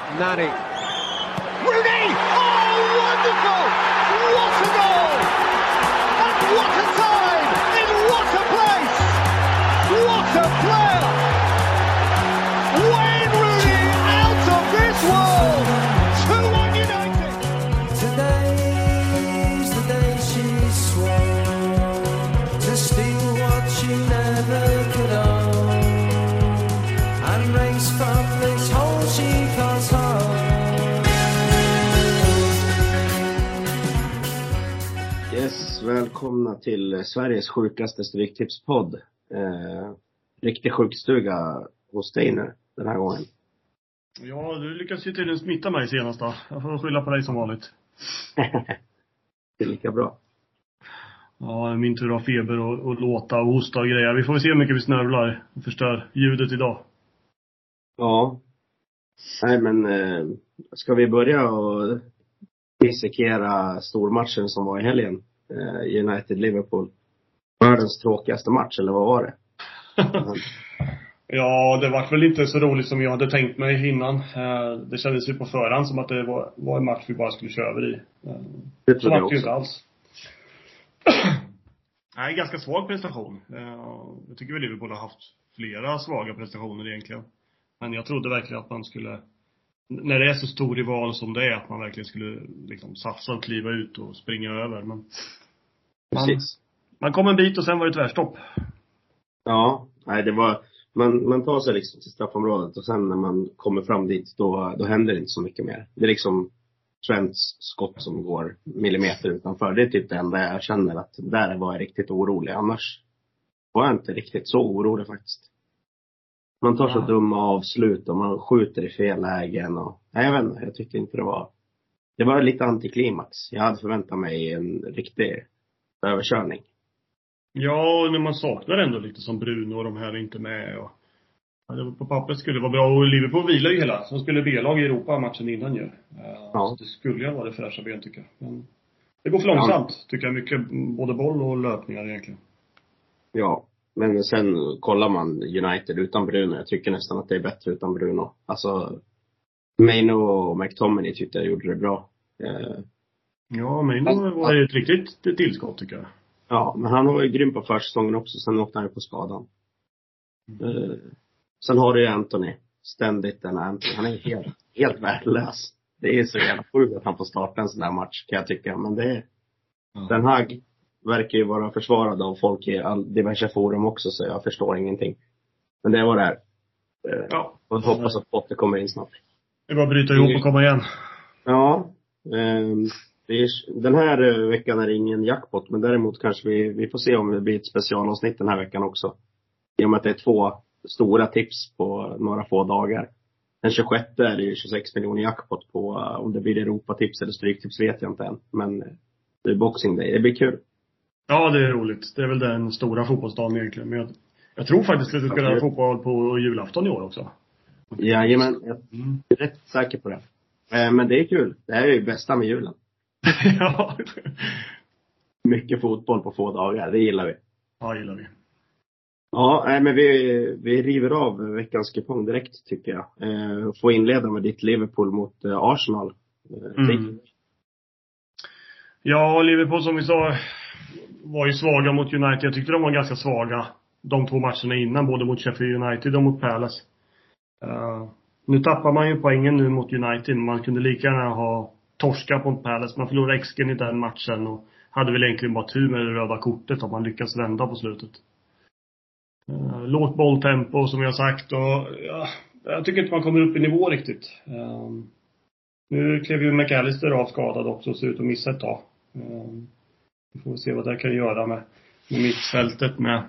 Nani. Rooney! Oh, wonderful! What a goal! And what a time! In what a place! What a player! Wayne Rooney out of this world! 2-1 United! Today's the day she swore to steal what she never could own and race from this hole she calls home. Yes, välkomna till Sveriges sjukaste Stryktipspodd. Riktig sjukstuga hos dig nu den här gången. Ja, du lyckas ju tydligen smitta mig senast då. Jag får skylla på dig som vanligt. Det är lika bra. Ja, min tur har feber och låta och hosta och grejer. Vi får väl se hur mycket vi snörvlar och förstör ljudet idag. Ja. Nej, men ska vi börja och dissekera stormatchen som var i helgen? United-Liverpool. Världens tråkigaste match, eller vad var det? Ja, det var väl inte så roligt som jag hade tänkt mig innan. Det kändes ju på förhand som att det var en match vi bara skulle köra över i. Det så var var det ju också. inte alls. Nej, ganska svag prestation. Jag tycker väl Liverpool har haft flera svaga prestationer egentligen. Men jag trodde verkligen att man skulle, när det är så stor rival som det är, att man verkligen skulle liksom satsa och kliva ut och springa över. Men man kom en bit och sen var det tvärstopp. Ja, nej, det var man tar sig liksom till straffområdet och sen när man kommer fram dit då händer det inte så mycket mer. Det är liksom Trents skott som går millimeter utanför. Det är typ det enda jag känner att där var jag riktigt orolig. Annars var jag inte riktigt så orolig faktiskt. Man tar så dumma avslut och man skjuter i fel lägen och nej, jag vet inte, jag tyckte inte det var lite antiklimax. Jag hade förväntat mig en riktig överkörning. Ja, och när man saknar ändå lite som Bruno och de här är inte med. Och, ja, på pappret skulle det vara bra. Och Liverpool vilar ju hela. Som skulle B-lag i Europa matchen innan ju. Ja. Så det skulle ju vara det fräscha ben tycker jag. Men det går för långsamt tycker jag. Mycket både boll och löpningar egentligen. Ja, men sen kollar man United utan Bruno. Jag tycker nästan att det är bättre utan Bruno. Alltså Maino och McTominay tyckte jag gjorde det bra. Ja, Maino var ju ett riktigt tillskott tycker jag. Ja, men han var ju grym på försäsongen också. Sen åkte han ju på skadan. Sen har du ju Anthony. Ständigt den Anthony. Han är helt värdelös. Det är så jävla sjukt att han får starta en sån där match kan jag tycka. Men det är Den Hag verkar ju vara försvarad av folk i diverse forum också. Så jag förstår ingenting. Men det var det här. Och hoppas att Potter kommer in snart. Det var bryta ihop och komma igen. Ja. Den här veckan är det ingen jackpot. Men däremot kanske vi får se om det blir ett specialavsnitt den här veckan också. I och med att det är 2 stora tips på några få dagar. Den 26 är det ju 26 miljoner jackpot på. Om det blir Europatips eller Stryktips vet jag inte än. Men det är Boxing Day, det blir kul. Ja, det är roligt. Det är väl den stora fotbollsdagen egentligen. Men jag tror faktiskt att det ska vara fotboll på julafton i år också. Jajamän, jag är rätt säker på det. Men det är kul. Det här är ju bästa med julen. Ja. Mycket fotboll på få dagar, det gillar vi. Ja, gillar vi. Ja, men vi river av veckans kupong direkt tycker jag. Får inleda med ditt Liverpool mot Arsenal. Ja, Liverpool som vi sa var ju svaga mot United. Jag tyckte de var ganska svaga de 2 matcherna innan, både mot Sheffield United och mot Palace. Nu tappar man ju poängen nu mot United. Man kunde lika gärna ha torska mot Palace. Man förlorade XG i den matchen och hade väl egentligen bara tur med det röda kortet om man lyckas vända på slutet. Lågt bolltempo som jag sagt och jag tycker inte man kommer upp i nivå riktigt. Nu klev ju McAllister av skadad också och ser ut att missa ett tag. Vi får se vad det kan göra med mittfältet med.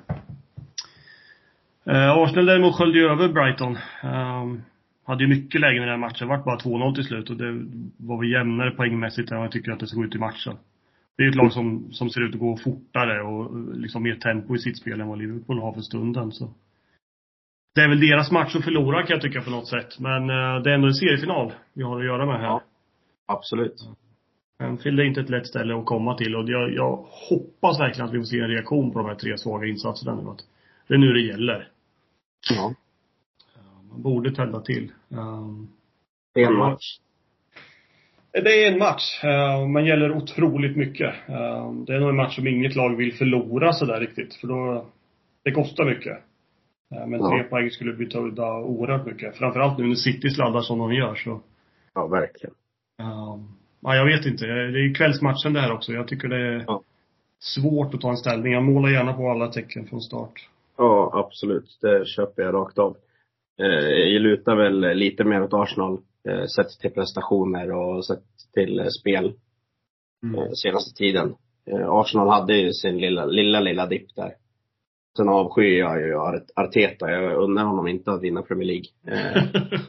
Arsenal däremot sköljde ju över Brighton. Hade ju mycket lägen i den här matchen. Vart bara 2-0 till slut och det var väl jämnare poängmässigt än jag tycker att det såg ut i matchen. Det är ju ett lag som ser ut att gå fortare och liksom mer tempo i sitt spel än vad Liverpool har för stunden. Så det är väl deras match att förlora kan jag tycka på något sätt. Men det är ändå en seriefinal vi har att göra med här. Ja, absolut. Anfield är inte ett lätt ställe att komma till. Och jag hoppas verkligen att vi får se en reaktion på de här 3 svaga insatserna nu. Att det är nu det gäller. Ja. Man borde tända till. Det är en match. Det är en match. Man gäller otroligt mycket. Det är nog en match som inget lag vill förlora så där riktigt. För då, det kostar mycket. Men 3 poäng skulle betyda oerhört mycket. Framförallt nu när City sladdar som de gör. Så. Ja, verkligen. Ja, jag vet inte. Det är kvällsmatchen det här också. Jag tycker det är svårt att ta en ställning. Jag målar gärna på alla tecken från start. Ja, absolut. Det köper jag rakt av. Jag lutar väl lite mer åt Arsenal. Sett till prestationer och sett till spel senaste tiden. Arsenal hade ju sin lilla dipp där. Sen avskyr jag ju Arteta. Jag undrar honom inte att vinna Premier League.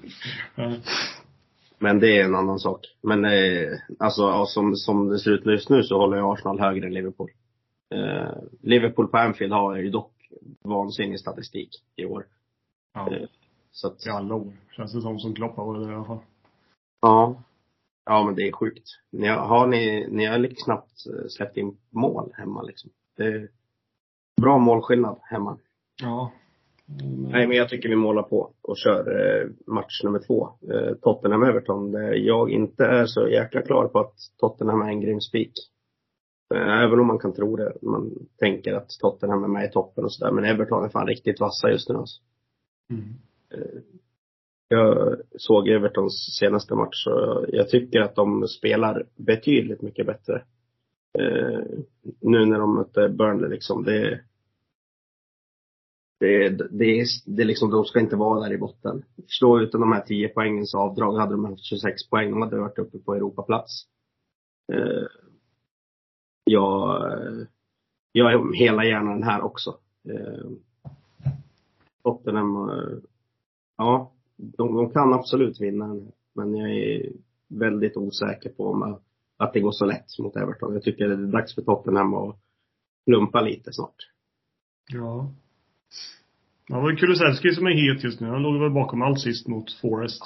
Men det är en annan sak. Men alltså som det ser ut just nu så håller jag Arsenal högre än Liverpool. Liverpool på Anfield har ju dock vansinnig statistik i år. Ja. Så att, i alla år. Känns det som Klopp var det i alla fall. Ja. Ja, men det är sjukt. Ni har liksom knappt släppt in mål hemma liksom. Det är bra målskillnad hemma. Ja. Nej, men jag tycker vi målar på och kör match nummer 2. Tottenham-Everton. Jag inte är så jäkla klar på att Tottenham är en grym spik. Även om man kan tro det. Man tänker att Tottenham är med i toppen och sådär. Men Everton är fan riktigt vassa just nu alltså. Jag såg Evertons senaste match och jag tycker att de spelar betydligt mycket bättre. Nu när de möter Burnley liksom. Det är liksom, de ska inte vara där i botten. Förstå utan de här 10 poängens avdrag hade de haft 26 poäng. De hade varit uppe på Europaplats. Jag är hela hjärnan här också. Tottenham, ja, de kan absolut vinna. Men jag är väldigt osäker på att det går så lätt mot Everton. Jag tycker det är dags för Tottenham att lumpa lite snart. Ja. Ja, det var Kulusevski som är het just nu. Han låg väl bakom allt sist mot Forest.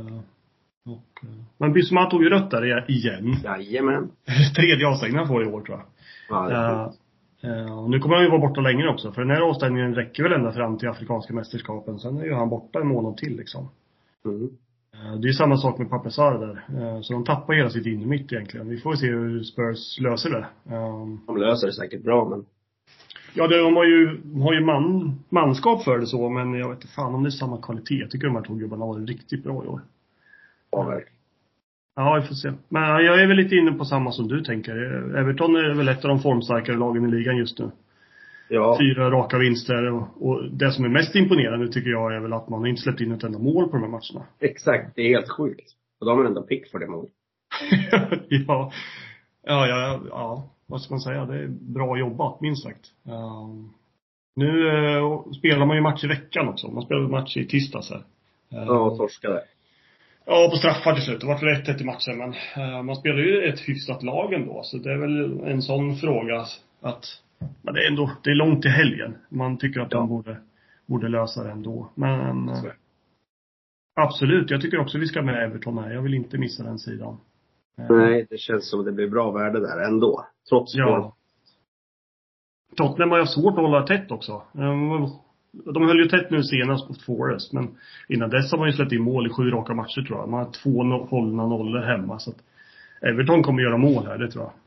Men Bissouma tog ju rött där igen. Jajamän. 3:e avstängningen får i år, tror jag. Ja, nu kommer han ju vara borta längre också. För den här avstängningen räcker väl ända fram till afrikanska mästerskapen. Sen är ju han borta en månad till liksom. Det är ju samma sak med Papesar där. Så de tappar hela sitt innermitt egentligen. Vi får se hur Spurs löser det. De löser det säkert bra, men... Ja, de har ju manskap för det så. Men jag vet inte fan om det är samma kvalitet. Jag tycker de här 2 gubbarna har varit riktigt bra i år. Ja, verkligen. Ja, vi får se. Men jag är väl lite inne på samma som du tänker. Everton är väl ett av de formstarkare lagen i ligan just nu. Ja. 4 raka vinster. Och det som är mest imponerande tycker jag är väl att man har inte släppt in ett enda mål på de här matcherna. Exakt, det är helt sjukt. Och de är ändå pick för det mål. Ja. Vad ska man säga? Det är bra jobbat, minst sagt. Nu spelar man ju match i veckan också. Man spelar match i tisdags här. Ja, torskade. Ja, på straffar till slut. Det var väl 1-1 i matchen. Men man spelar ju ett hyfsat lag ändå. Så det är väl en sån fråga att... Men det är långt till helgen. Man tycker att de borde lösa det ändå. Men absolut, jag tycker också vi ska med Everton här. Jag vill inte missa den sidan. Nej, det känns som att det blir bra värde där ändå. Trots Tottenham har ju svårt att hålla tätt också. De höll ju tätt nu senast mot Forest. Men innan dess har man ju släppt in mål i 7 raka matcher, tror jag. Man har 2 hållna nollor hemma. Så att Everton kommer göra mål här, det tror jag.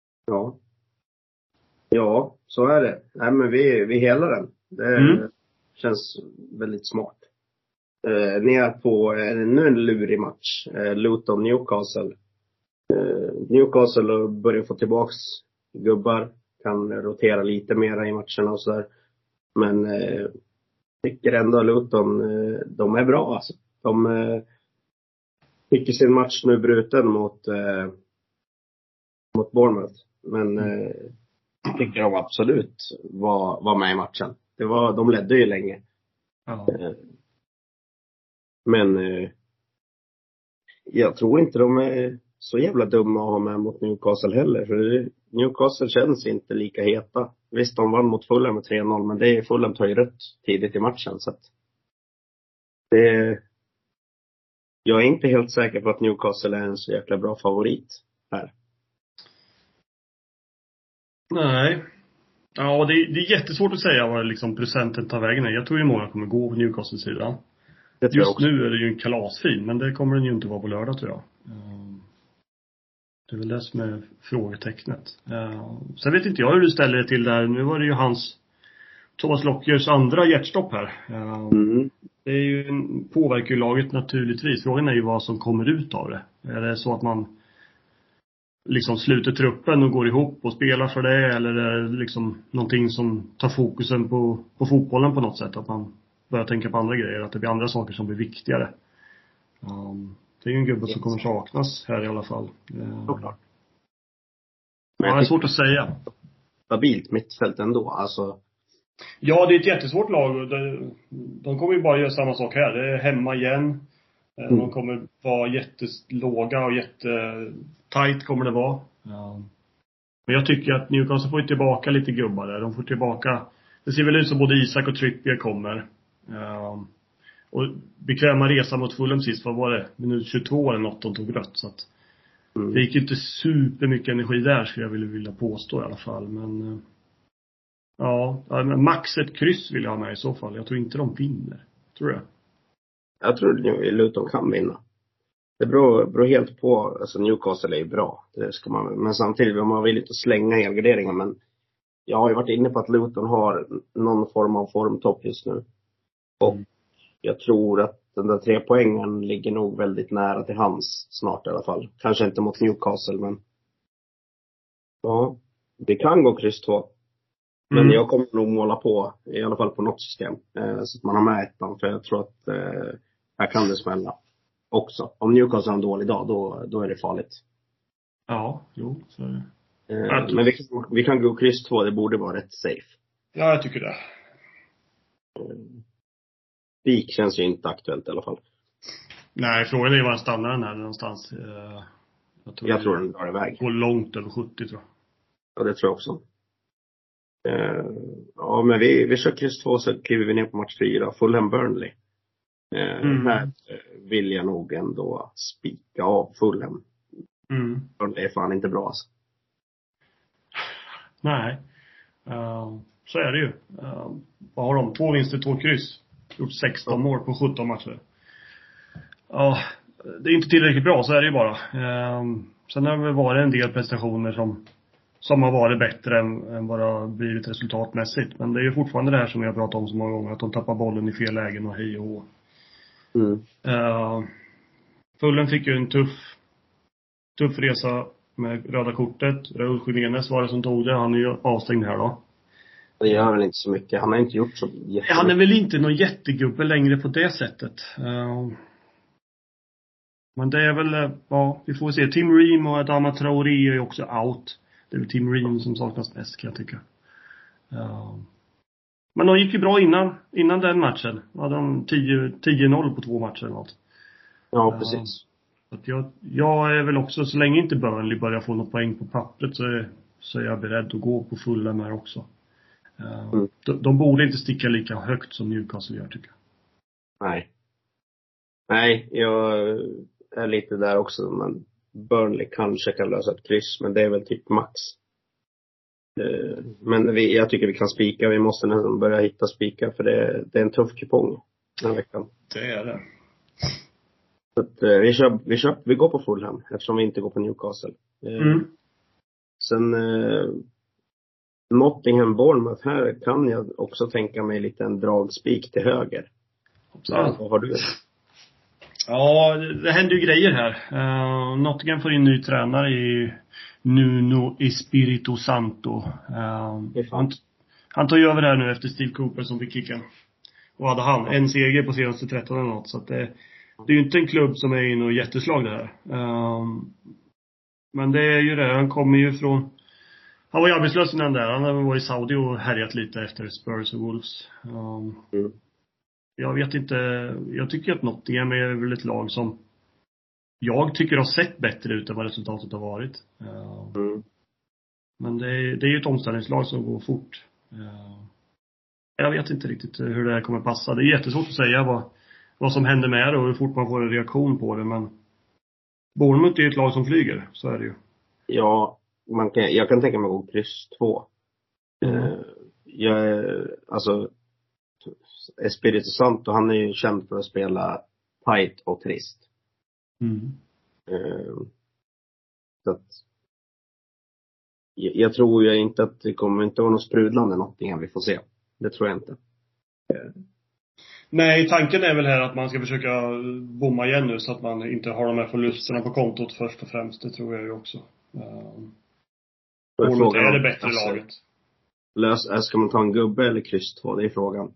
Ja, så är det. Nej, men vi helar den. Det känns väldigt smart. Ni är på nu en lurig match. Luton Newcastle. Newcastle börjar få tillbaks gubbar. Kan rotera lite mera i matcherna och sådär. Men tycker ändå Luton, de är bra alltså. De fick sin match nu bruten mot Bournemouth. Men tycker de absolut var med i matchen. De ledde ju länge. Ja. Men jag tror inte de är så jävla dumma att ha med mot Newcastle heller. För Newcastle känns inte lika heta. Visst, de vann mot Fulham med 3-0. Men det är Fulham tar ju rött tidigt i matchen. Så att jag är inte helt säker på att Newcastle är en så jäkla bra favorit här. Nej. Ja, det är jättesvårt att säga vad liksom procenten tar vägen är. Jag tror ju många kommer gå på Newcastle-sidan. Det tror jag Just också. nu är det ju en kalasfin, men det kommer den ju inte vara på lördag, tror jag. Det är väl det som är frågetecknet. Sen vet inte jag hur du ställer dig till det här. Nu var det ju Thomas Lockjers andra hjärtstopp här. Det är ju, påverkar ju laget naturligtvis. Frågan är ju vad som kommer ut av det. Är det så att man liksom sluter truppen och går ihop och spelar för det? Eller är det liksom någonting som tar fokusen på fotbollen på något sätt? Att man börjar tänka på andra grejer. Att det blir andra saker som blir viktigare. Det är ju en gubbe som kommer saknas här i alla fall. Såklart. Ja, det är svårt att säga. Stabilt mittfält ändå. Alltså, Ja, det är ett jättesvårt lag. De kommer ju bara göra samma sak här. Det är hemma igen. De kommer vara jättelåga och jättetajt kommer det vara. Men jag tycker att Newcastle får tillbaka lite gubbar där. De får tillbaka. Det ser väl ut som både Isak och Trippier kommer. Och bekväma resa mot Fulham sist. Vad var det? Minut 22 eller något de tog rött. Så att det gick inte supermycket energi där, skulle jag vilja påstå i alla fall. Men ja, max ett kryss vill jag ha med i så fall. Jag tror inte de vinner. Tror jag. Jag tror Luton kan vinna. Det beror helt på. Alltså Newcastle är ju bra. Det ska man, men samtidigt man vill inte slänga helgarderingen. Men jag har ju varit inne på att Luton har någon form av formtopp just nu. Och jag tror att den där 3 poängen ligger nog väldigt nära till hands snart i alla fall. Kanske inte mot Newcastle, men ja, det kan gå kryss 2. Men jag kommer nog måla på, i alla fall på något system. Så att man har med ettan, för jag tror att här kan det smälla också. Om Newcastle har en dålig dag, då är det farligt. Ja, jo, så är det. Men vi kan gå kryss 2, det borde vara rätt safe. Ja, jag tycker det. Spik känns ju inte aktuellt i alla fall. Nej, frågan är ju var den stannar den här någonstans. Jag tror den drar iväg. Går långt över 70, tror jag. Ja, det tror jag också. Ja, men vi kör kryss 2, så kliver vi ner på match 4. Fulham Burnley. Här vill jag nog ändå spika av Fulham. Burnley är fan inte bra alltså. Nej. Så är det ju. Vad har de? 2 vinster, 2 kryss. Gjort 16 mål på 17 matcher. Ja, det är inte tillräckligt bra, så är det ju bara. Sen har det varit en del prestationer som har varit bättre än vad det har blivit resultatmässigt. Men det är ju fortfarande det här som jag pratat om så många gånger. Att de tappar bollen i fel lägen och hej och hå. Fulham fick ju en tuff resa med röda kortet. Raúl Jiménez var det som tog det. Han är ju avstängd här då. Det gör väl inte så mycket. Han har inte gjort så jättemycket. Han är väl inte någon jättegubbe längre på det sättet. Men det är väl, ja, vi får se. Tim Ream och Adama Traoré är ju också out. Det är väl Tim Ream som saknas mest, kan jag tycka. Men de gick ju bra innan den matchen. Då hade de 10-0 på 2 matcher eller något. Ja, precis. Att jag är väl också, så länge inte Burnley börjar få något poäng på pappret, så är jag beredd att gå på fulla med också. De borde inte sticka lika högt som Newcastle gör, tycker jag. Nej, jag är lite där också. Men Burnley kanske kan lösa ett kryss, men det är väl typ max. Men jag tycker vi kan spika. Vi måste nästan börja hitta spika, för det är en tuff kupong den här veckan. Det är det. Så att, vi går på Fulham eftersom vi inte går på Newcastle. Sen Nottingham Bournemouth, här kan jag också tänka mig lite en dragspik till höger. Ja. Vad har du? Ja, det händer ju grejer här. Nottingham får in ny tränare i Nuno Espirito Santo. Han tar ju över här nu efter Steve Cooper som fick kicken. Och hade han en seger på senaste 13 eller något. Så att det är ju inte en klubb som är i något jätteslag det här. Men det är ju det. Han kommer ju från... Han var ju arbetslös innan där. Han har varit i Saudi och härjat lite efter Spurs och Wolves. Jag vet inte. Jag tycker att Nottingham är väl ett lag som jag tycker har sett bättre ut än vad resultatet har varit. Men det är ju ett omställningslag som går fort. Jag vet inte riktigt hur det här kommer passa. Det är jättesvårt att säga vad som händer med det och hur fort man får en reaktion på det. Men Bournemouth är ju ett lag som flyger. Så är det ju. Ja, jag kan tänka mig att gå kryss 2. Alltså Espirito Santo, han är ju känd för att spela tight och trist. Så att jag tror ju inte att det kommer inte vara något sprudlande någonting vi får se. Det tror jag inte. Nej, tanken är väl här att man ska försöka bomma igen nu så att man inte har de här förlusterna på kontot först och främst. Det tror jag ju också. Bournemouth är det bättre laget. Ska man ta en gubbe eller kryss 2? Det är frågan.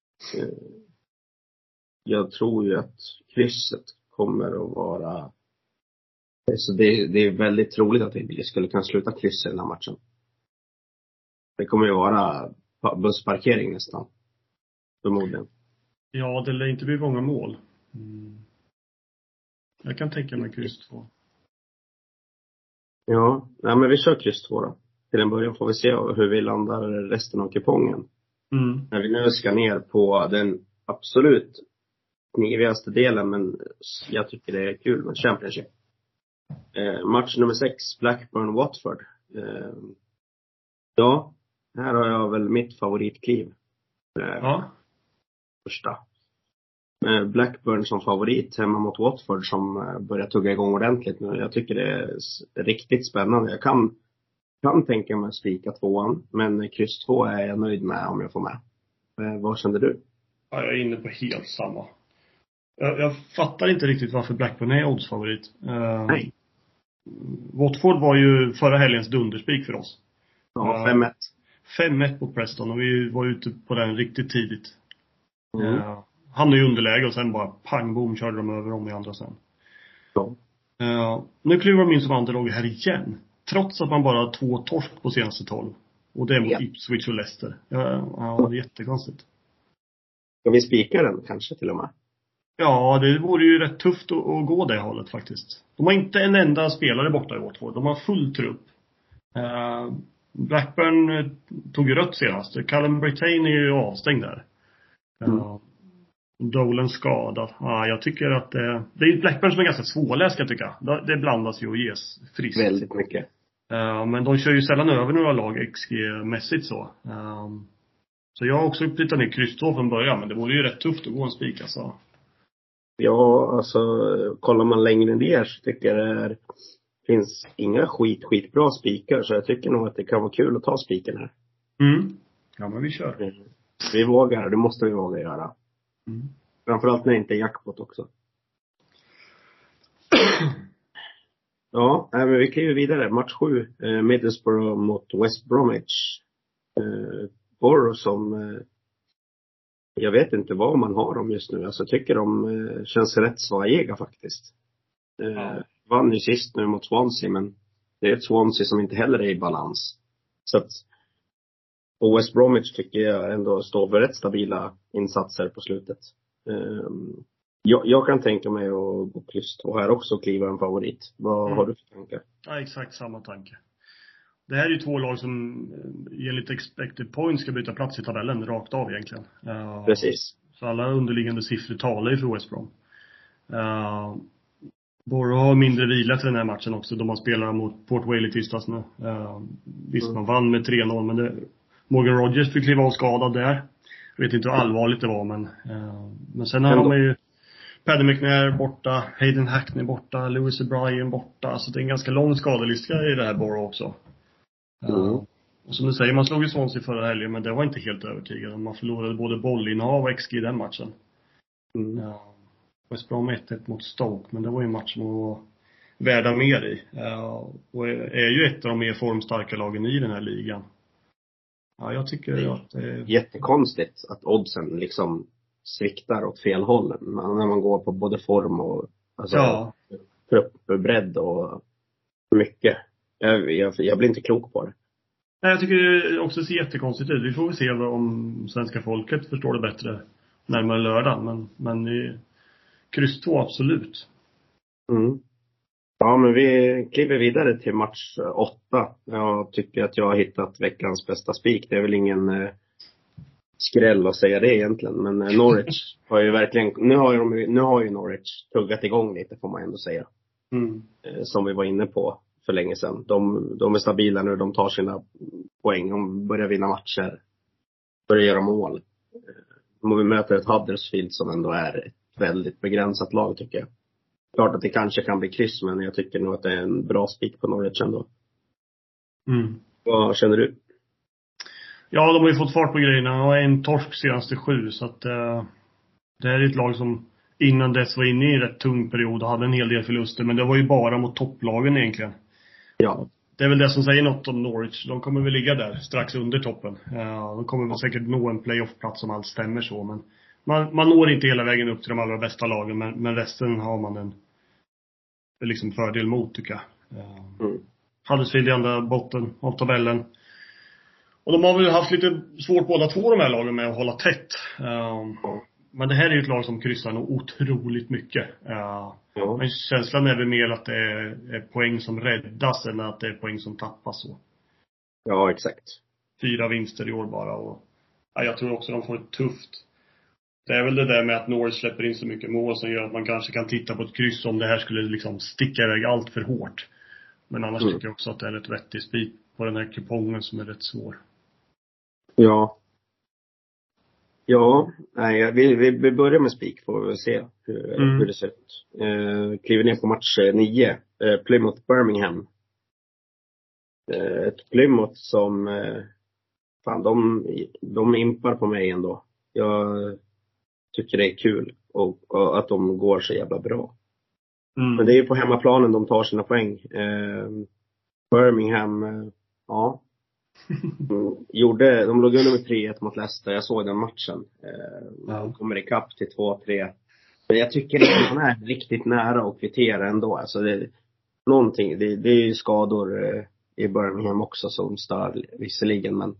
Jag tror ju att krysset kommer att vara... Så det är väldigt troligt att vi skulle kunna sluta kryss i den här matchen. Det kommer ju vara bussparkering nästan. Förmodligen. Ja, det lär inte bli många mål. Jag kan tänka mig kryss 2. Ja, nej, men vi kör kryss 2 då. Till en början får vi se hur vi landar resten av kupongen. När vi nu ska ner på den absolut knivigaste delen, men jag tycker det är kul med Championship. Match nummer 6, Blackburn-Watford. Ja, här har jag väl mitt favoritkliv. Första. Blackburn som favorit hemma mot Watford som börjar tugga igång ordentligt nu. Jag tycker det är riktigt spännande. Jag kan tänka mig att spika 2:an, men kryss 2 är jag nöjd med om jag får med. Vad kände du? Ja, jag är inne på helt samma. Jag fattar inte riktigt varför Blackburn är oddsfavorit. Nej. Watford var ju förra helgens dunderspik för oss. Ja, 5-1. 5-1 mot Preston och vi var ute på den riktigt tidigt. Hamnade i underläge och sen bara pang boom körde de över dem i andra sen. Nu kliver de in som underlag här igen. Trots att man bara har 2 torsk på senaste 12. Och det är mot Ipswich och Leicester. Ja, det är jättekonstigt. Ska vi spika den kanske till och med? Ja, det vore ju rätt tufft att gå det hållet faktiskt. De har inte en enda spelare borta i Watford. De har full trupp. Blackburn tog rött senast. Callum Brittain är ju avstängd där. Dolan skadad. Jag tycker att det är Blackburn som är ganska svårläst, jag tycker. Det blandas ju och ges friskt. Väldigt mycket. Men de kör ju sällan över några lag XG-mässigt så. Så jag har också flyttat ner kryss 2 från början. Men det vore ju rätt tufft att gå en spik alltså. Ja, alltså kollar man längre ner så tycker jag det finns inga skitbra spikar. Så jag tycker nog att det kan vara kul att ta spiken här. Ja, men vi kör. Vi vågar, det måste vi våga göra. Framförallt när det inte är jackpot också. Ja, men vi kliver vidare. Match 7, Middlesbrough mot West Bromwich. Borough som jag vet inte vad man har dem just nu. Alltså jag tycker de känns rätt svajiga faktiskt. Vann ju sist nu mot Swansea, men det är ett Swansea som inte heller är i balans. Så att och West Bromwich tycker jag ändå står för rätt stabila insatser på slutet. Jag kan tänka mig att gå kryss 2 här också och kliva en favorit. Vad har du för tankar? Ja, exakt samma tanke. Det här är ju 2 lag som enligt expected points ska byta plats i tabellen rakt av egentligen. Precis. Så alla underliggande siffror talar ju för West Brom. Borough har mindre vila till den här matchen också. De har spelat mot Port Vale i tisdags nu. Visst, man vann med 3-0, men Morgan Rogers fick kliva av skadad där. Jag vet inte hur allvarligt det var, men sen har de ju Paddy McNair borta, Hayden Hackney borta, Lewis O'Brien borta. Så det är en ganska lång skadelista i det här Borough också. Och som du säger, man slog ju Swansea förra helgen, men det var inte helt övertygande. Man förlorade både bollinnehav och XG i den matchen. West Brom 1-1 mot Stoke, men det var ju en match som var värda mer i. Och är ju ett av de mer formstarka lagen i den här ligan. Ja, jag tycker att det är jättekonstigt att oddsen liksom sviktar åt fel håll. När man går på både form och alltså, truppbredd och mycket. Jag blir inte klok på det. Nej, jag tycker det också ser jättekonstigt ut. Vi får väl se om svenska folket förstår det bättre närmare lördagen. Men kryss 2 absolut. Ja, men vi kliver vidare till match 8. Jag tycker att jag har hittat veckans bästa spik. Det är väl ingen skräll att säga det egentligen. Men Norwich har ju verkligen, nu har ju Norwich tuggat igång lite, får man ändå säga. Som vi var inne på för länge sedan. De är stabila nu, de tar sina poäng, de börjar vinna matcher, börjar göra mål. Om vi möter ett Huddersfield som ändå är ett väldigt begränsat lag, tycker jag. Klart att det kanske kan bli kryss, men jag tycker nog att det är en bra spik på Norwich ändå. Vad känner du? Ja, de har ju fått fart på grejerna och en torsk senaste 7. Så att det här är ett lag som innan dess var inne i en rätt tung period och hade en hel del förluster. Men det var ju bara mot topplagen egentligen. Ja. Det är väl det som säger något om Norwich. De kommer väl ligga där strax under toppen. De kommer väl säkert nå en playoff-plats om allt stämmer så. Men man når inte hela vägen upp till de allra bästa lagen. Men resten har man en liksom fördel mot, tycker jag. Huddersfield i andra botten av tabellen. Och de har väl haft lite svårt båda två, de här lagen, med att hålla tätt. Men det här är ju ett lag som kryssar nog otroligt mycket. Men känslan är väl mer att det är poäng som räddas än att det är poäng som tappas. Så. Ja, exakt. 4 vinster i år bara. Och, jag tror också de får det tufft. Det är väl det där med att Norwich släpper in så mycket mål som gör att man kanske kan titta på ett kryss om det här skulle liksom sticka iväg allt för hårt. Men annars tycker jag också att det är ett vettigt spik på den här kupongen som är rätt svår. Ja. Ja, nej, vi börjar med spik, får vi se hur det ser ut. Kliver ner på match 9. Plymouth Birmingham. Ett Plymouth som fan, de impar på mig ändå. Jag tycker det är kul och att de går så jävla bra. Men det är ju på hemmaplanen de tar sina poäng. Birmingham, ja. De låg under med 3-1 mot Leicester. Jag såg den matchen. De kommer ikapp till 2-3. Men jag tycker att man är riktigt nära att kvittera ändå. Alltså det är ju skador i Birmingham också som stör visserligen. Men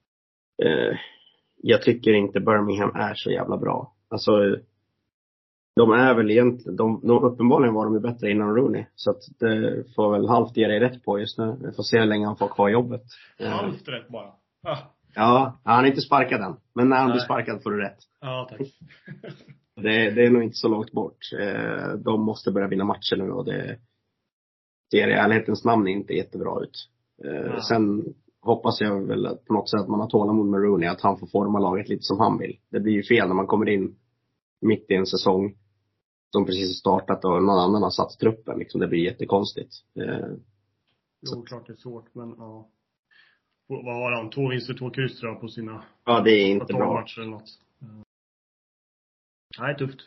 jag tycker inte Birmingham är så jävla bra. Alltså de är väl egentligen, de uppenbarligen var de ju bättre innan Rooney. Så att det får väl halvt ge dig rätt på just nu. Vi får se hur länge han får kvar jobbet. Halvt rätt bara. Ja, han är inte sparkad än. Men när han blir sparkad får du rätt. Ja, tack. Det är nog inte så långt bort. De måste börja vinna matcher nu och det ser i ärlighetens namn inte jättebra ut. Sen hoppas jag väl att på något sätt att man har tålamod med Rooney, att han får forma laget lite som han vill. Det blir ju fel när man kommer in mitt i en säsong som precis har startat och någon annan har satt truppen. Liksom, det blir jättekonstigt. Jo, klart det är svårt, men ja. Vad har han? 2 vinster, 2 kryss på sina... Ja, det är inte bra. Matcher eller något. Nej, tufft.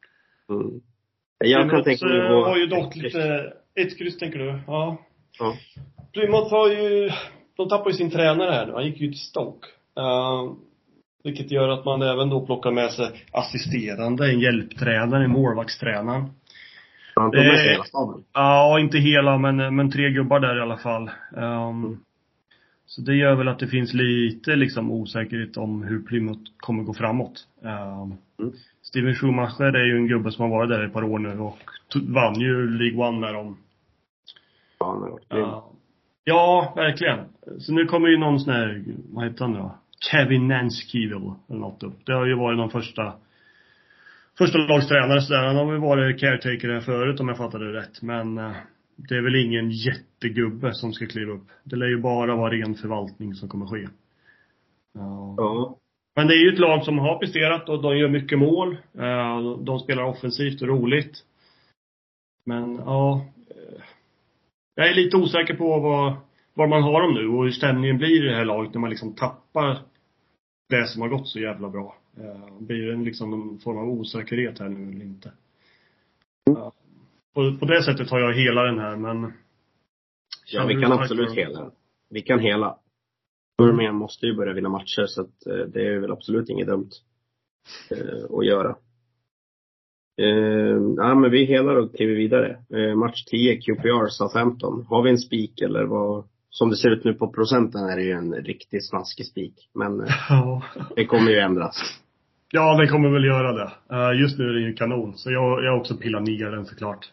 Jag kan tänka mig att har ju dock lite... Ett kryss, tänker du? Ja. Ja. Plymouth har ju... De tappar ju sin tränare här nu. Han gick ju till Stoke. Vilket gör att man även då plockar med sig assisterande, en hjälptränare, en målvaktstränare. Han tog med sig hela staden. Ja, inte hela, men 3 gubbar där i alla fall. Så det gör väl att det finns lite liksom osäkerhet om hur Plymouth kommer gå framåt. Steven Schumacher är ju en gubbe som har varit där ett par år nu och vann ju League One med dem. Ja, verkligen. Så nu kommer ju någon sån här, vad heter han då? Kevin Nanskiville eller något upp. Det har ju varit någon första lagstränare så där. Han har väl varit caretaker här förut om jag fattade det rätt. Men det är väl ingen jättegubbe som ska kliva upp. Det lär ju bara vara ren förvaltning som kommer ske. Ja. Men det är ju ett lag som har presterat och de gör mycket mål. De spelar offensivt och roligt. Men ja, jag är lite osäker på var man har dem nu och hur stämningen blir i det här laget när man liksom tappar det som har gått så jävla bra. Blir det liksom någon form av osäkerhet här nu eller inte? På det sättet har jag hela den här, men... Ja, vi kan absolut hela. Vi kan hela. Birmingham måste ju börja vinna matcher så att det är väl absolut inget dumt att göra. Ja, men vi helar och kliver vidare. Match 10, QPR Southampton. Har vi en spik eller vad? Som det ser ut nu på procenten är det ju en riktigt snaskig spik. Men det kommer ju ändras. Ja, det kommer väl göra det. Just nu är det ju kanon. Så jag också pillar ner den såklart.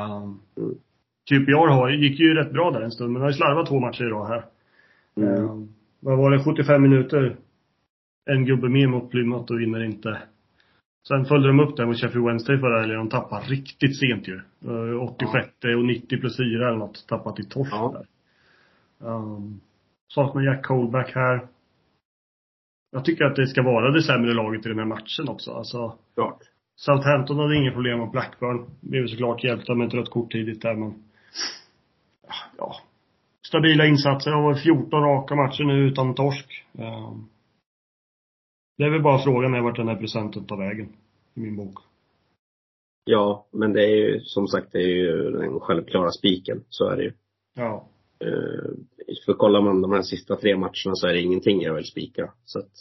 QPR gick ju rätt bra där en stund. Men har ju slarvat 2 matcher idag här. Vad var det? 75 minuter. En gubbe mer mot Plymouth och vinner inte. Sen följde de upp där mot Sheffield Wednesday förra helgen. De tappar riktigt sent ju. 86 och 90 plus 4 eller något. Tappat i torsk där. Saknar Jack Colback här. jag tycker att det ska vara det sämre laget i den här matchen också. Alltså, Klart. Southampton hade inga problem med Blackburn. Blev såklart hjälpta med ett rött kort tidigt där, men ja. Stabila insatser. Det var 14 raka matcher nu utan torsk. Det är väl bara frågan är vart den här procenten tar vägen i min bok. Ja, men det är ju som sagt, det är ju den självklara spiken. Så är det ju. Ja. För kollar man de här sista 3 matcherna så är det ingenting jag vill spika. Så att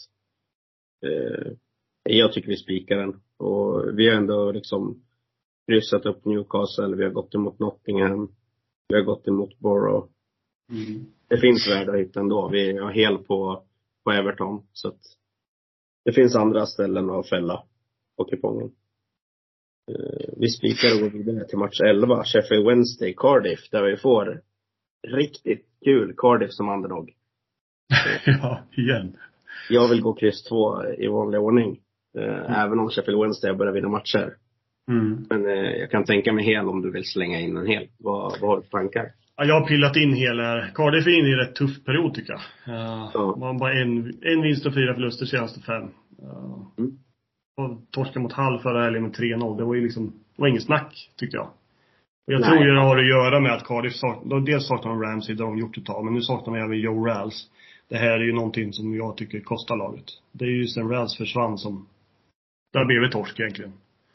jag tycker vi spikar den. Och vi har ändå liksom kryssat upp Newcastle. Vi har gått emot Nottingham. Vi har gått emot Borough. Det finns värde att hitta ändå. Vi har hel på Everton. Så att det finns andra ställen att fälla på kupongen. Vi spikar och går vidare till match 11. Sheffield Wednesday, Cardiff. Där vi får riktigt kul Cardiff som underdog. Ja, igen. Jag vill gå kryss 2 i vanlig ordning. Även om Sheffield Wednesday börjar vinna matcher. Men jag kan tänka mig hel om du vill slänga in en hel. Vad har du för tankar? Ja, jag har pillat in hela. Cardiff är inne i en rätt tuff period tycker jag. Ja. Man bara en vinst och 4 förluster senaste 5. Och torska mot Hull förra helgen med 3-0. Det var ju liksom, det var ingen snack tyckte jag. Och jag tror ju det har att göra med att Cardiff dels saknar de Ramsey, det har de gjort ett tag. Men nu saknar de även Joe Ralls. Det här är ju någonting som jag tycker kostar laget. Det är ju sen Ralls försvann som där blev det torsk egentligen.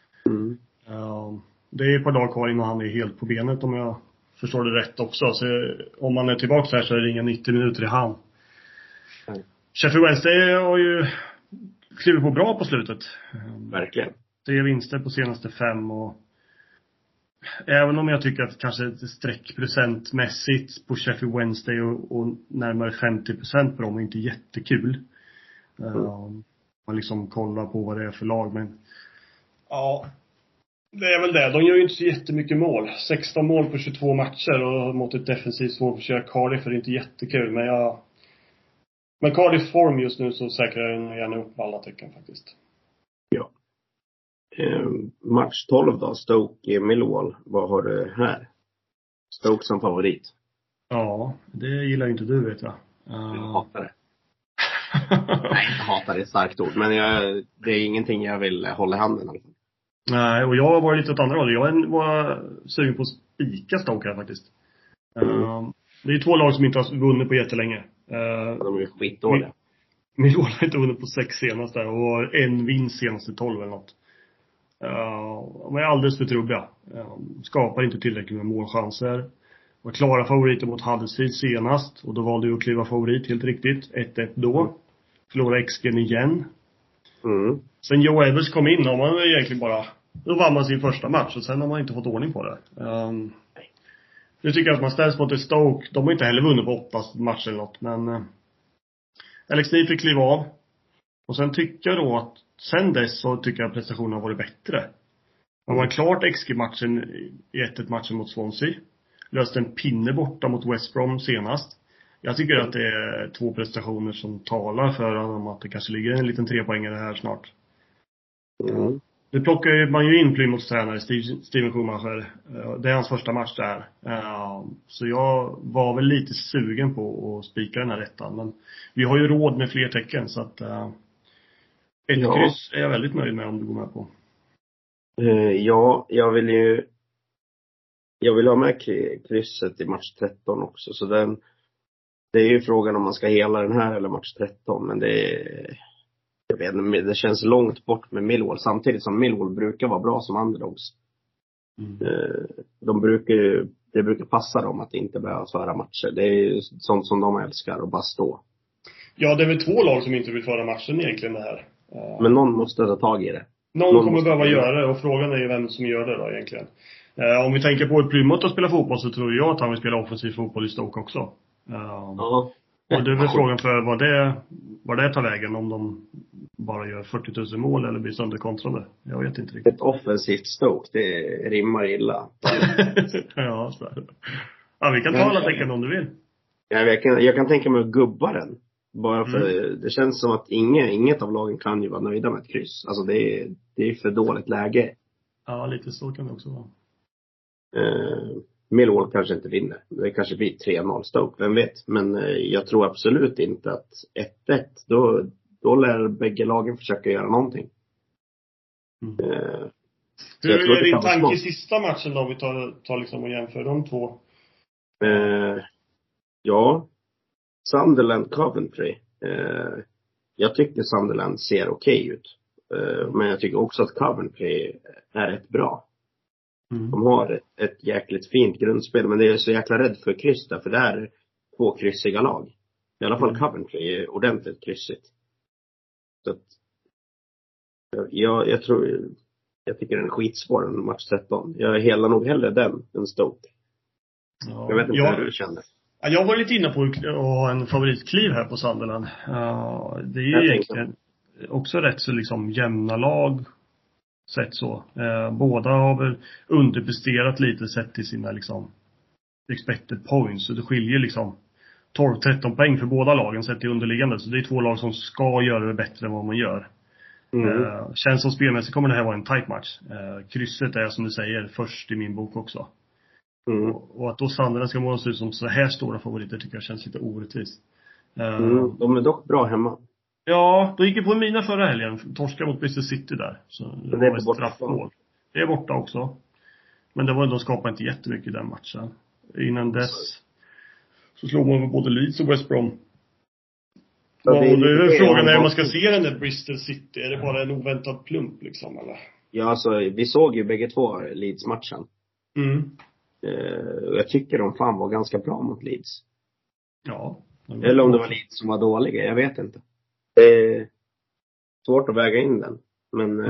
Det är ett par dagar kvar innan han är helt på benet om jag förstår det rätt också. Så om man är tillbaka här så är det inga 90 minuter i hand. Sheffield Wednesday har ju klivit på bra på slutet. Verkligen. 3 vinster på senaste 5 och även om jag tycker att kanske streckprocentmässigt på Sheffield Wednesday och närmare 50% på dem är inte jättekul. Man liksom kollar på vad det är för lag, men ja, det är väl det. De gör ju inte så jättemycket mål. 16 mål på 22 matcher och mot ett defensivt svårförsök Cardiff är det inte jättekul, men Cardiff form just nu så säkrar den gärna upp med alla tecken faktiskt. Ja. Match 12 då, Stoke i Millwall. Vad har du här? Stoke som favorit. Ja, det gillar inte du vet jag. Jag hatar det. Nej, jag hatar det, starkt ord. Men det är ingenting jag vill hålla i handen. Nej, och jag har varit lite åt andra håll. Jag var sugen på att spika Stoke här faktiskt. Det är 2 lag som inte har vunnit på jättelänge. De är ju skitdåliga. Millwall har inte vunnit på 6 senaste och har en vinst senaste 12 eller något. De är alldeles för trubbiga. Skapar inte tillräckligt med målchanser. Var klara favoriter mot Huddersfield senast. Och då valde ju att kliva favorit helt riktigt. 1-1 då. Förlora XG'n igen. Sen Joe Evers kom in och man egentligen bara... Då vann man sin första match och sen har man inte fått ordning på det. Nu tycker jag att man ställs mot ett Stoke. De har inte heller vunnit på 8 matcher eller något. Men Alex Neil fick kliva av. Och sen tycker jag då att sen dess så tycker jag att prestationen har varit bättre. Man var klart XG-matchen i 1-1-matchen mot Swansea. Löste en pinne borta mot West Brom senast. Jag tycker att det är 2 prestationer som talar för honom att det kanske ligger en liten 3-poängare här snart. Nu plockar man ju in Plymouths tränare Steven Schumacher. Det är hans första match där. Så jag var väl lite sugen på att spika den här rättan. Men vi har ju råd med fler tecken så att ett kryss är jag väldigt nöjd med om du går med på. Ja, jag vill ha med krysset i match 13 också. Så det är ju frågan om man ska hela den här eller match 13. Men jag vet inte, det känns långt bort med Millwall. Samtidigt som Millwall brukar vara bra som underdogs. Det brukar passa dem att inte behöva föra matcher. Det är ju sånt som de älskar att bara stå. Ja, det är väl 2 lag som inte vill föra matchen egentligen det här. Men någon måste ta tag i det. Någon kommer behöva göra det och frågan är ju vem som gör det då egentligen. Om vi tänker på ett Plymouth att spela fotboll så tror jag att han vill spela offensiv fotboll i Stoke också. Ja. Och det är väl frågan för vad det tar vägen, om de bara gör 40 000 mål eller blir sönderkontrade. Jag vet inte riktigt. Ett offensivt Stoke, det rimmar illa. Ja, så här. Ja, vi kan ta alla tecken om du vill. Ja, jag kan tänka mig att gubba den. Bara för det känns som att inget av lagen kan ju vara nöjda med ett kryss. Alltså det är för dåligt läge. Ja, lite så kan det också vara. Millwall kanske inte vinner. Det kanske blir 3-0 Stoke, vem vet. Men jag tror absolut inte att 1-1, då lär bägge lagen försöka göra någonting. Hur är din tanke i sista matchen då? Vi tar liksom och jämför de två. Ja, Sunderland Coventry. Jag tycker Sunderland ser okej ut. Men jag tycker också att Coventry är rätt bra. De har ett jäkligt fint grundspel, men det är så jäkla rädd för kryss där, för det är 2 kryssiga lag. I alla fall Coventry är ordentligt kryssigt. Så att, jag tycker den är skitsvår, en match 13. Jag helar nog hellre den än Stoke. Ja, jag vet inte hur du känner. Jag var lite inne på att ha en favoritkliv här på Sunderland. Det är ju egentligen också rätt så liksom jämna lag. Sett så. Båda har väl underpresterat lite sett till sina liksom expected points. Så det skiljer liksom 12-13 poäng för båda lagen sett till underliggande. Så det är 2 lag som ska göra det bättre än vad man gör. Känns som spelmässigt kommer det här vara en tight match. Krysset är som du säger först i min bok också. Och att då Sunderland ska målas ut som så här stora favoriter tycker jag känns lite orättvist. De är dock bra hemma. Ja, då gick jag på mina förra helgen. Torska mot Bristol City där. Så det var ett straffmål. Det är borta också. Men de skapade inte jättemycket i den matchen. Innan dess så slog man både Leeds och West Brom. Frågan är om man ska se den där Bristol City. Är det bara en oväntad plump liksom, eller? Ja, alltså vi såg ju bägge två Leeds-matchen. Jag tycker de fan var ganska bra mot Leeds. Ja. Eller om det var Leeds som var dåliga, jag vet inte. Det är svårt att väga in den. Men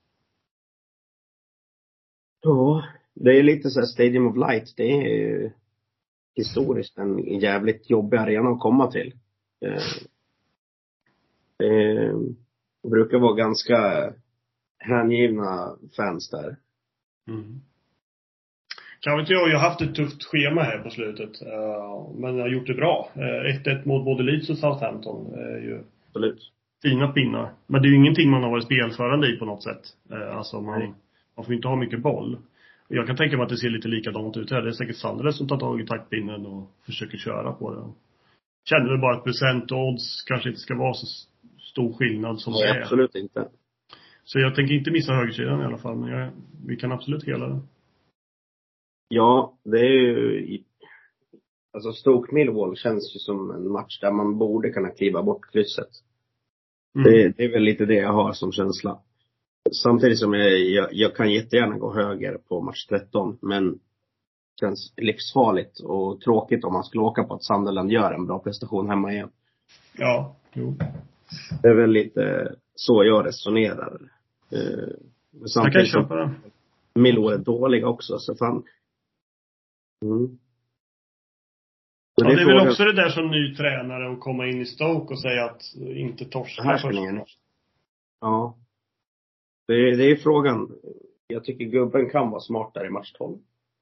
ja, det är lite så här Stadium of Light. Det är historiskt en jävligt jobbig arena att komma till. Det brukar vara ganska hängivna fans där. Kan inte jag har haft ett tufft schema här på slutet. Men jag har gjort det bra. 1-1 mot både Leeds och Southampton är ju absolut fina pinnar. Men det är ju ingenting man har varit spelförande i på något sätt. Alltså man får inte ha mycket boll. Jag kan tänka mig att det ser lite likadant ut här. Det är säkert Sandres som tar tag i taktpinnen och försöker köra på det. Känner väl bara att procent och odds kanske inte ska vara så stor skillnad som det är. Absolut inte. Så jag tänker inte missa högersidan i alla fall. Men vi kan absolut hela den. Ja, det är ju alltså Stoke Millwall känns ju som en match där man borde kunna kliva bort krysset. Det är väl lite det jag har som känsla. Samtidigt som jag kan jättegärna gå höger på match 13. Men det känns livsfarligt och tråkigt om man skulle åka på att Sunderland gör en bra prestation hemma igen. Ja, jo. Det är väl lite så jag resonerar. Jag kan köpa det. Millwall är dåliga också, så fan. Ja, det är väl också det där som ny tränare att komma in i Stoke och säga att inte torska först. Ja. Det är frågan. Jag tycker gubben kan vara smartare i match 12.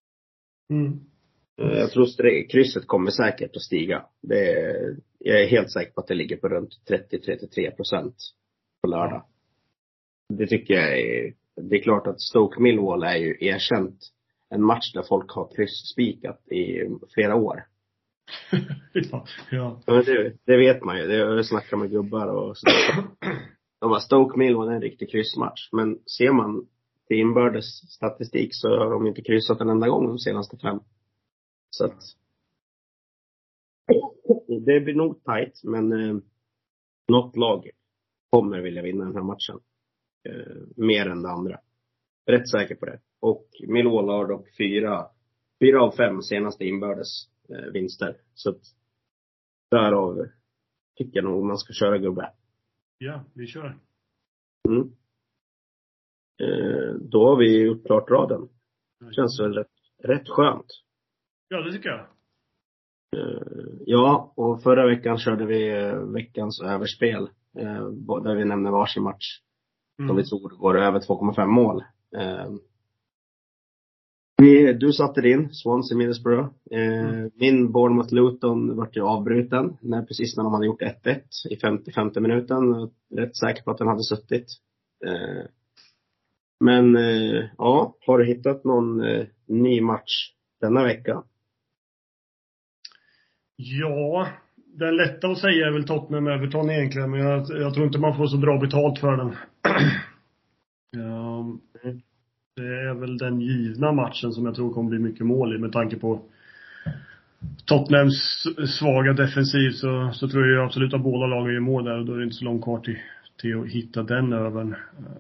Jag tror krysset kommer säkert att stiga. Jag är helt säker på att det ligger på runt 30-33% på lördag. Det tycker jag det är klart att Stoke Millwall är ju erkänt en match där folk har kryssspikat i flera år. Ja. Det vet man ju. Jag snackar med gubbar och så. De var Stoke Millwall är en riktig kryssmatch. Men ser man till inbördes statistik så har de inte kryssat en enda gång de senaste 5. Så att det blir nog tight. Men något lag kommer vilja vinna den här matchen. Mer än det andra. Rätt säker på det. Och Millwall har dock 4 av 5 senaste inbördes vinster. Så att därav tycker jag nog man ska köra gubbe. Ja, vi kör. Då har vi gjort klart raden. Känns väl rätt skönt. Ja, det tycker jag. Ja, och förra veckan körde vi veckans överspel. Där vi nämnde varsin match. Som vi tror går över 2,5 mål. Du satte din Swansea Middlesbrough. Min Bournemouth Luton vart ju avbruten precis när de hade gjort 1-1 i 55 minuten. Rätt säker på att den hade suttit. Men ja, har du hittat någon ny match denna vecka? Ja, Den lätta att säga är väl Tottenham-Everton egentligen. Men jag tror inte man får så bra betalt för den. Det är väl den givna matchen som jag tror kommer bli mycket mål i. Med tanke på Tottenhams svaga defensiv så tror jag absolut att båda lagen gör mål där. Och då är det inte så långt kvar till att hitta den övern.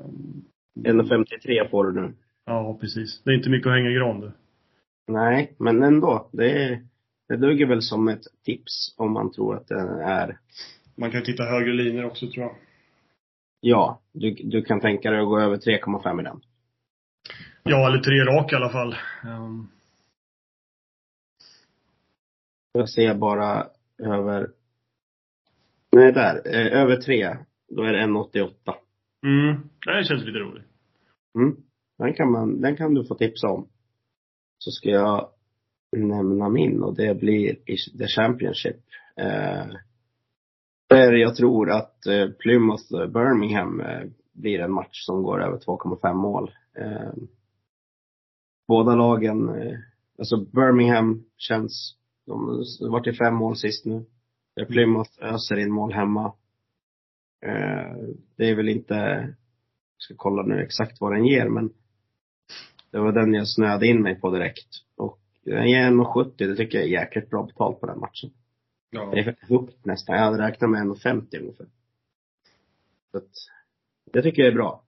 1,53 får du nu. Ja, precis. Det är inte mycket att hänga i gran du. Nej, men ändå. Det duger väl som ett tips om man tror att det är. Man kan titta högre linjer också, tror jag. Ja, du kan tänka dig att gå över 3,5 i den. Ja, eller 3 rak i alla fall. Jag ser bara över. Nej, där. Över 3. Då är det 1,88. Det känns lite roligt. Den kan du få tipsa om. Så ska jag nämna min, och det blir i The Championship. Där jag tror att Plymouth Birmingham blir en match som går över 2,5 mål. Båda lagen, alltså Birmingham känns, de har varit i 5 mål sist nu. Plymouth öser in mål hemma. Det är väl inte, jag ska kolla nu exakt vad den ger, men det var den jag snöade in mig på direkt. Och den ger 1,70, det tycker jag är jäkligt bra betalt på den matchen. Ja. Det är högt nästan, jag hade räknat med 1,50 ungefär. Så att, det tycker jag är bra.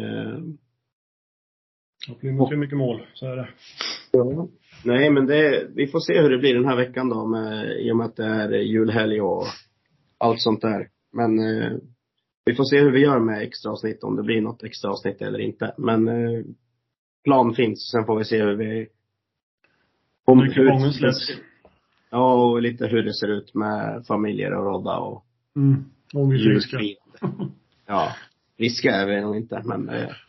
Det blir mycket mål, så är det. Ja. Nej, men vi får se hur det blir den här veckan då, i och med att det är julhelg och allt sånt där. Men vi får se hur vi gör med extra avsnitt, om det blir något extra avsnitt eller inte. Men plan finns, sen får vi se hur vi ja, och lite hur det ser ut med familjer och rodda och om vi är friska. Ja, friska är vi nog inte, men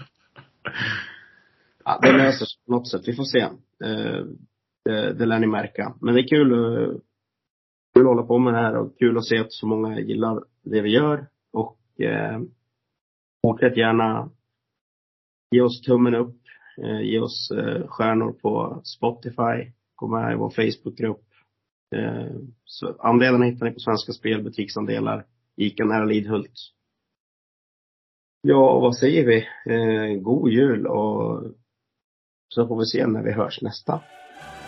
ja, det löser sig på något sätt. Vi får se. Det lär ni märka. Men det är kul att hålla på med det här, och kul att se att så många gillar det vi gör. Och fortsätt gärna ge oss tummen upp, ge oss stjärnor på Spotify, gå med i vår Facebookgrupp. Så andelarna hittar ni på Svenska Spelbutiksandelar, Ica nära Lidhult. Ja, vad säger vi? God jul, och så får vi se när vi hörs nästa.